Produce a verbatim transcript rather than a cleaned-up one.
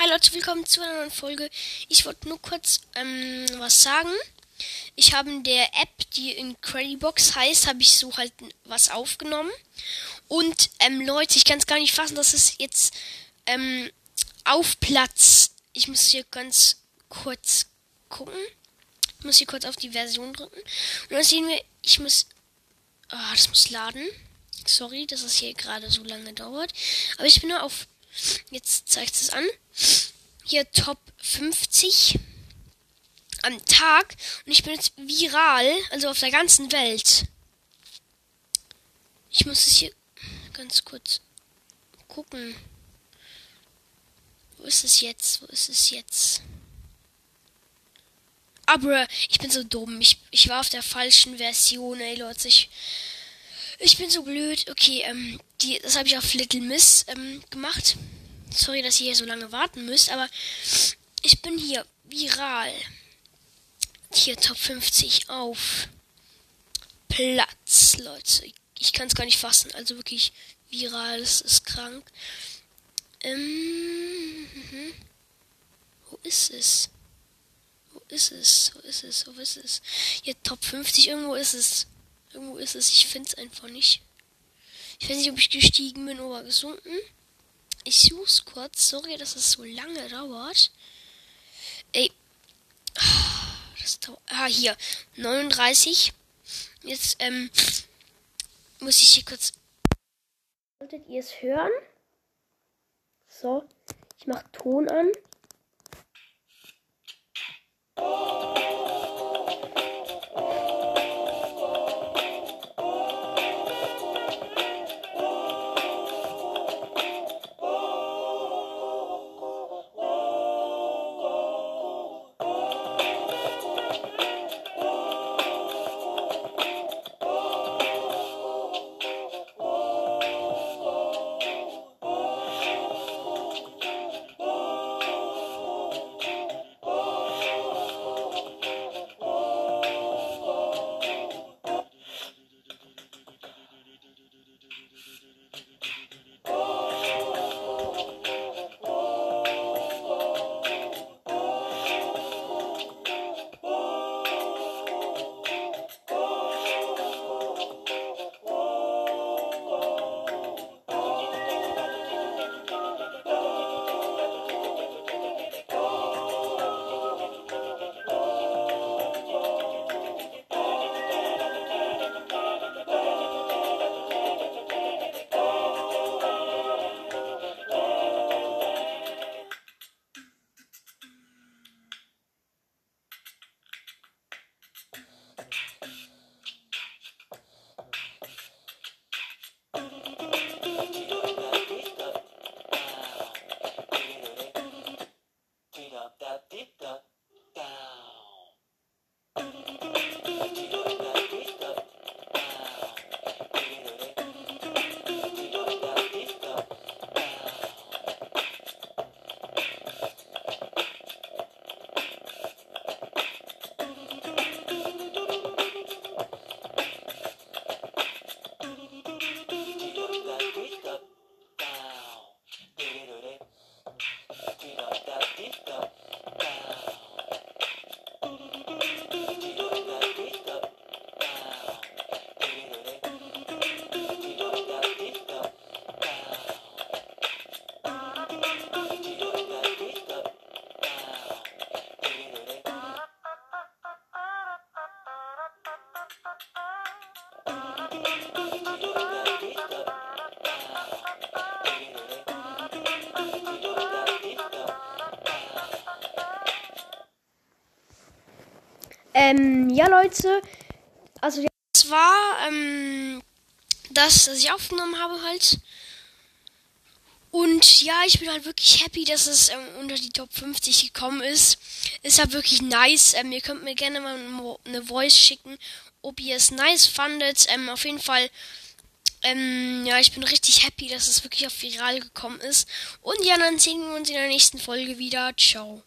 Leute, willkommen zu einer neuen Folge. Ich wollte nur kurz ähm, was sagen. Ich habe in der App, die Incredibox heißt, habe ich so halt was aufgenommen. Und ähm, Leute, ich kann es gar nicht fassen, dass es jetzt ähm, auf Platz. Ich muss hier ganz kurz gucken. Ich muss hier kurz auf die Version drücken. Und dann sehen wir, ich muss... Ah, oh, das muss laden. Sorry, dass es hier gerade so lange dauert. Aber ich bin nur auf... Jetzt zeigt es an. Hier Top fünfzig am Tag. Und ich bin jetzt viral, also auf der ganzen Welt. Ich muss es hier ganz kurz gucken. Wo ist es jetzt? Wo ist es jetzt? Aber ich bin so dumm. Ich, ich war auf der falschen Version, ey Leute. Ich, ich bin so blöd. Okay, ähm, die, das habe ich auf Little Miss ähm, gemacht. Sorry, dass ihr hier so lange warten müsst, aber ich bin hier viral. Hier Top fünfzig auf Platz, Leute. Ich, ich kann es gar nicht fassen. Also wirklich viral, das ist krank. Ähm, mhm. Wo ist es? Wo ist es? Wo ist es? Wo ist es? Hier Top fünfzig, irgendwo ist es. Irgendwo ist es. Ich finde es einfach nicht. Ich weiß nicht, ob ich gestiegen bin oder gesunken. Ich such's kurz. Sorry, dass es so lange dauert. Ey. Das dauert. Ah, hier. neununddreißig. Jetzt, ähm, muss ich hier kurz. Solltet ihr es hören? So. Ich mach Ton an. Ähm, ja, Leute, also das war ähm, das, was ich aufgenommen habe halt. Und ja, ich bin halt wirklich happy, dass es ähm, unter die Top fünfzig gekommen ist. Ist halt wirklich nice. Ähm, ihr könnt mir gerne mal eine Voice schicken, ob ihr es nice fandet. Ähm, auf jeden Fall, ähm, ja, ich bin richtig happy, dass es wirklich auf viral gekommen ist. Und ja, dann sehen wir uns in der nächsten Folge wieder. Ciao.